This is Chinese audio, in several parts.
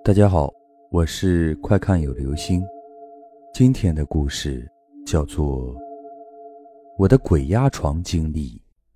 大家好，我是快看有流星。今天的故事叫做我的鬼压床经历。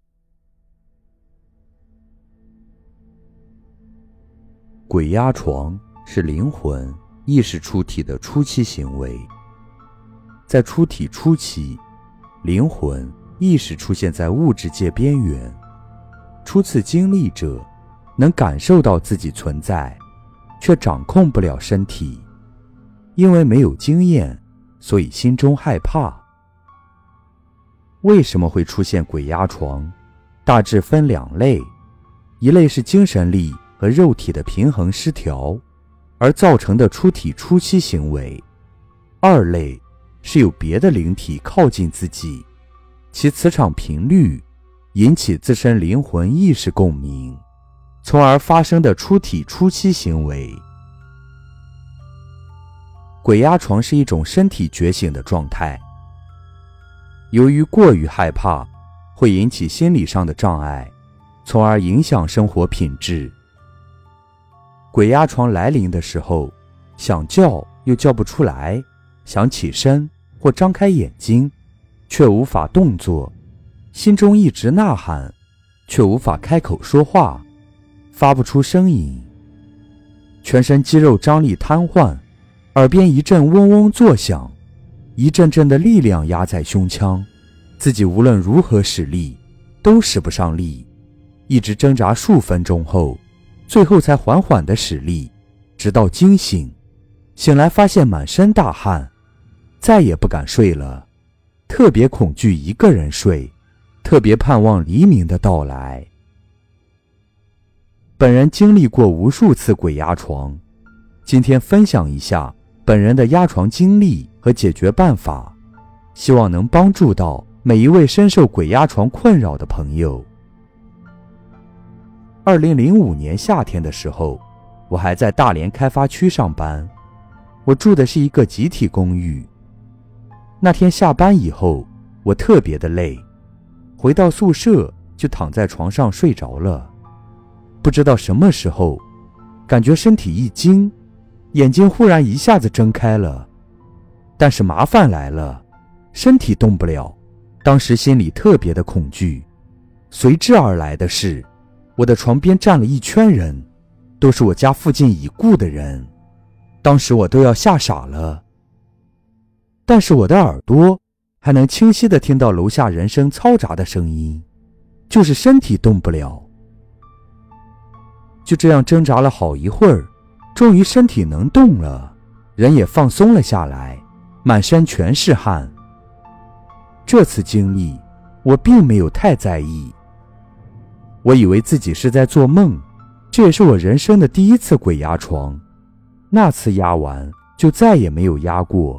鬼压床是灵魂意识出体的初期行为。在出体初期，灵魂意识出现在物质界边缘，初次经历者能感受到自己存在，却掌控不了身体，因为没有经验，所以心中害怕。为什么会出现鬼压床？大致分两类，一类是精神力和肉体的平衡失调而造成的出体初期行为，二类是有别的灵体靠近自己，其磁场频率引起自身灵魂意识共鸣，从而发生的出体初期行为。鬼压床是一种身体觉醒的状态，由于过于害怕，会引起心理上的障碍，从而影响生活品质。鬼压床来临的时候，想叫又叫不出来，想起身或张开眼睛，却无法动作，心中一直呐喊，却无法开口说话，发不出声音，全身肌肉张力瘫痪，耳边一阵嗡嗡作响，一阵阵的力量压在胸腔，自己无论如何使力都使不上力，一直挣扎数分钟后，最后才缓缓地使力，直到惊醒。醒来发现满身大汗，再也不敢睡了，特别恐惧一个人睡，特别盼望黎明的到来。本人经历过无数次鬼压床，今天分享一下本人的压床经历和解决办法，希望能帮助到每一位深受鬼压床困扰的朋友。2005年夏天的时候，我还在大连开发区上班，我住的是一个集体公寓。那天下班以后，我特别的累，回到宿舍就躺在床上睡着了。不知道什么时候，感觉身体一惊，眼睛忽然一下子睁开了，但是麻烦来了，身体动不了，当时心里特别的恐惧。随之而来的是，我的床边站了一圈人，都是我家附近已故的人，当时我都要吓傻了。但是我的耳朵还能清晰地听到楼下人声嘈杂的声音，就是身体动不了。就这样挣扎了好一会儿，终于身体能动了，人也放松了下来，满身全是汗。这次经历我并没有太在意，我以为自己是在做梦，这也是我人生的第一次鬼压床，那次压完就再也没有压过。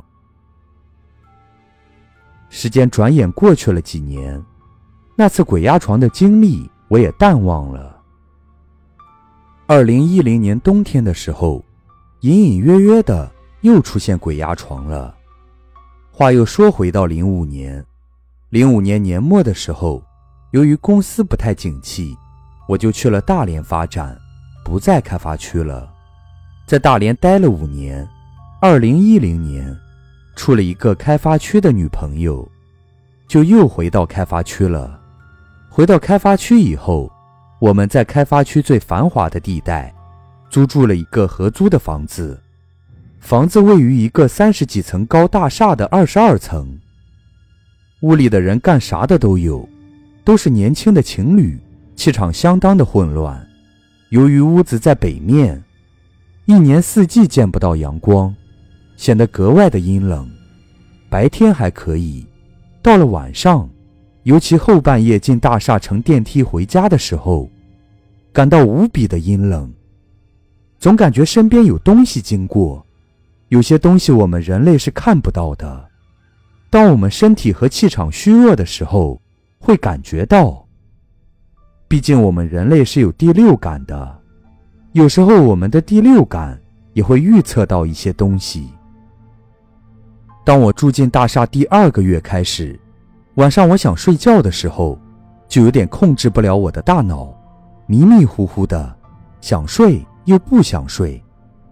时间转眼过去了几年，那次鬼压床的经历我也淡忘了。2010年冬天的时候，隐隐约约的又出现鬼压床了。话又说回到05年，05年年末的时候，由于公司不太景气，我就去了大连发展，不在开发区了。在大连待了5年，2010年处了一个开发区的女朋友，就又回到开发区了。回到开发区以后，我们在开发区最繁华的地带租住了一个合租的房子，房子位于一个30几层高大厦的22层，屋里的人干啥的都有，都是年轻的情侣，气场相当的混乱。由于屋子在北面，一年四季见不到阳光，显得格外的阴冷。白天还可以，到了晚上，尤其后半夜进大厦乘电梯回家的时候，感到无比的阴冷，总感觉身边有东西经过，有些东西我们人类是看不到的，当我们身体和气场虚弱的时候会感觉到。毕竟我们人类是有第六感的，有时候我们的第六感也会预测到一些东西。当我住进大厦第2个月开始，晚上我想睡觉的时候，就有点控制不了我的大脑，迷迷糊糊的，想睡又不想睡，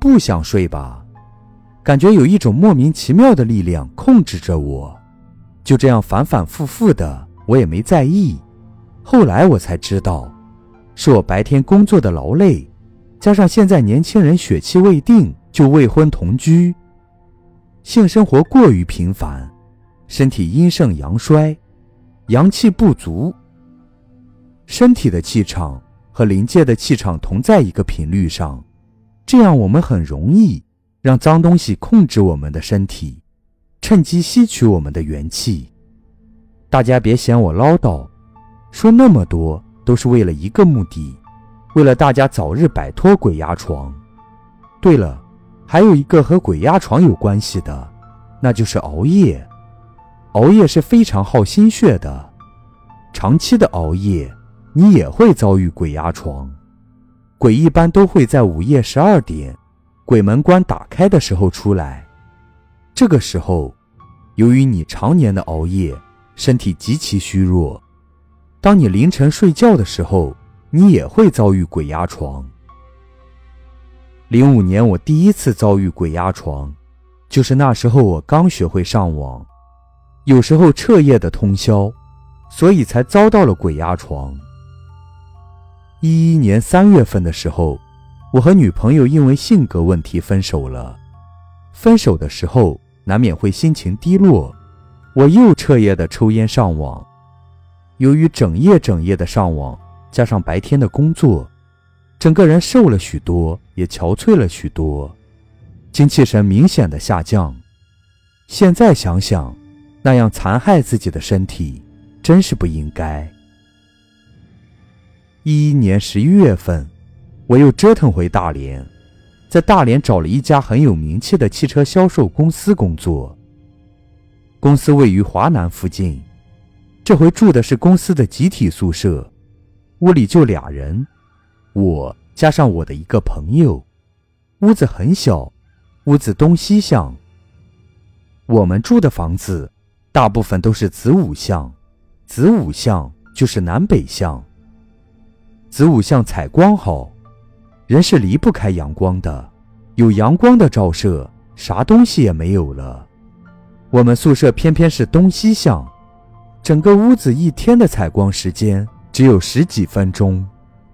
不想睡吧，感觉有一种莫名其妙的力量控制着我，就这样反反复复的，我也没在意。后来我才知道，是我白天工作的劳累，加上现在年轻人血气未定，就未婚同居，性生活过于频繁，身体阴盛阳衰，阳气不足。身体的气场和灵界的气场同在一个频率上，这样我们很容易让脏东西控制我们的身体，趁机吸取我们的元气。大家别嫌我唠叨，说那么多都是为了一个目的，为了大家早日摆脱鬼压床。对了，还有一个和鬼压床有关系的，那就是熬夜。熬夜是非常耗心血的，长期的熬夜你也会遭遇鬼压床。鬼一般都会在午夜12点鬼门关打开的时候出来，这个时候由于你常年的熬夜，身体极其虚弱，当你凌晨睡觉的时候，你也会遭遇鬼压床。05年我第一次遭遇鬼压床，就是那时候我刚学会上网，有时候彻夜的通宵，所以才遭到了鬼压床。11年3月份的时候，我和女朋友因为性格问题分手了。分手的时候难免会心情低落，我又彻夜的抽烟上网。由于整夜的上网，加上白天的工作，整个人瘦了许多，也憔悴了许多，精气神明显的下降。现在想想，那样残害自己的身体真是不应该。11年11月份，我又折腾回大连，在大连找了一家很有名气的汽车销售公司工作。公司位于华南附近，这回住的是公司的集体宿舍，屋里就2人，我加上我的一个朋友。屋子很小，屋子东西向。我们住的房子大部分都是子午向，子午向就是南北向。子午向采光好，人是离不开阳光的，有阳光的照射，啥东西也没有了。我们宿舍偏偏是东西向，整个屋子一天的采光时间只有10几分钟。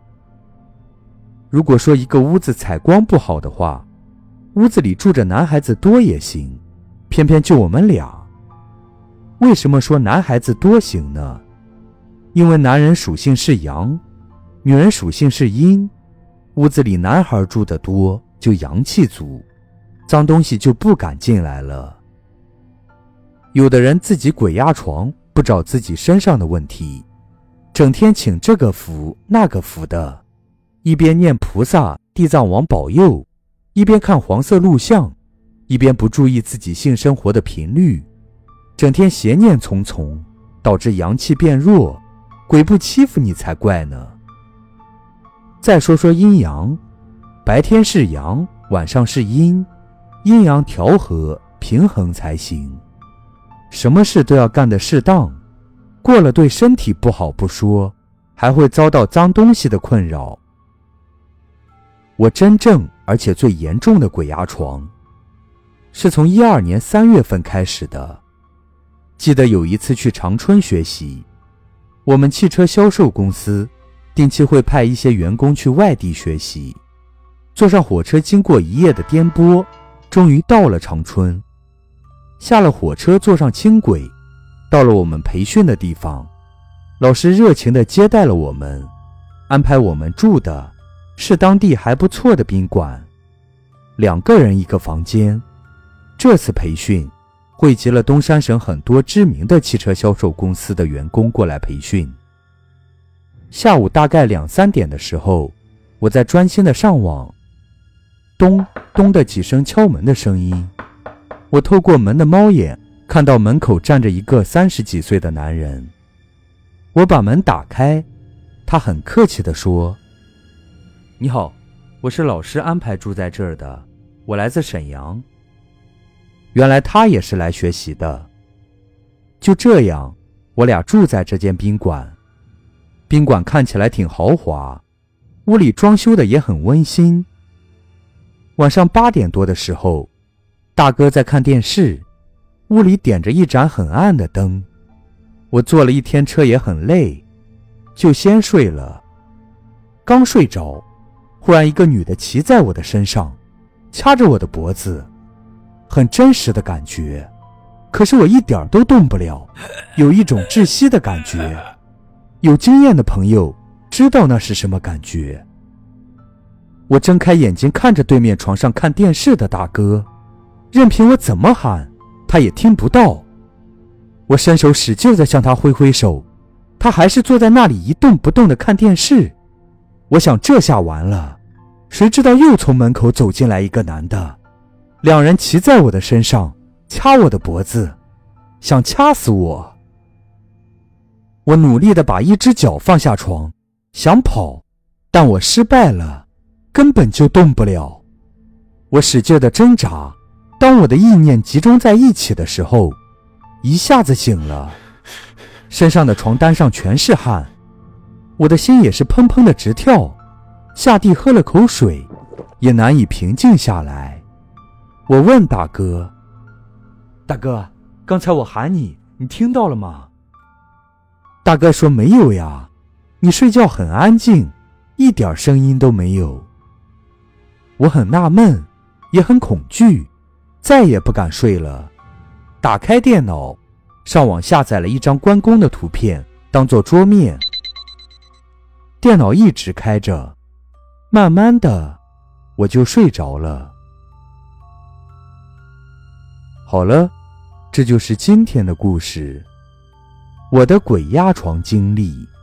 如果说一个屋子采光不好的话，屋子里住着男孩子多也行，偏偏就我们俩。为什么说男孩子多行呢？因为男人属性是阳，女人属性是阴，屋子里男孩住得多，就阳气足，脏东西就不敢进来了。有的人自己鬼压床，不找自己身上的问题，整天请这个符那个符的，一边念菩萨地藏王保佑，一边看黄色录像，一边不注意自己性生活的频率，整天邪念重重，导致阳气变弱，鬼不欺负你才怪呢。再说说阴阳，白天是阳，晚上是阴，阴阳调和平衡才行。什么事都要干得适当，过了对身体不好不说，还会遭到脏东西的困扰。我真正而且最严重的鬼压床是从12年3月份开始的。记得有一次去长春学习，我们汽车销售公司定期会派一些员工去外地学习，坐上火车经过一夜的颠簸，终于到了长春。下了火车，坐上轻轨，到了我们培训的地方，老师热情地接待了我们，安排我们住的是当地还不错的宾馆，2个人1个房间。这次培训汇集了东三省很多知名的汽车销售公司的员工过来培训。下午大概2、3点的时候，我在专心的上网，咚咚的几声敲门的声音，我透过门的猫眼看到门口站着一个30几岁的男人。我把门打开，他很客气地说：“你好，我是老师安排住在这儿的，我来自沈阳。”原来他也是来学习的。就这样，我俩住在这间宾馆。宾馆看起来挺豪华，屋里装修的也很温馨。 晚上8点多的时候，大哥在看电视，屋里点着一盏很暗的灯。我坐了一天车也很累，就先睡了。刚睡着，忽然一个女的骑在我的身上，掐着我的脖子，很真实的感觉，可是我一点都动不了，有一种窒息的感觉。有经验的朋友知道那是什么感觉。我睁开眼睛看着对面床上看电视的大哥，任凭我怎么喊，他也听不到。我伸手使劲地向他挥挥手，他还是坐在那里一动不动地看电视。我想这下完了，谁知道又从门口走进来一个男的，两人骑在我的身上，掐我的脖子，想掐死我。我努力地把一只脚放下床，想跑，但我失败了，根本就动不了。我使劲地挣扎，当我的意念集中在一起的时候，一下子醒了，身上的床单上全是汗，我的心也是砰砰的直跳，下地喝了口水，也难以平静下来。我问大哥：大哥，刚才我喊你，你听到了吗？大哥说没有呀，你睡觉很安静，一点声音都没有。我很纳闷，也很恐惧，再也不敢睡了。打开电脑，上网下载了一张关公的图片当做桌面。电脑一直开着，慢慢的我就睡着了。好了，这就是今天的故事，我的鬼压床经历。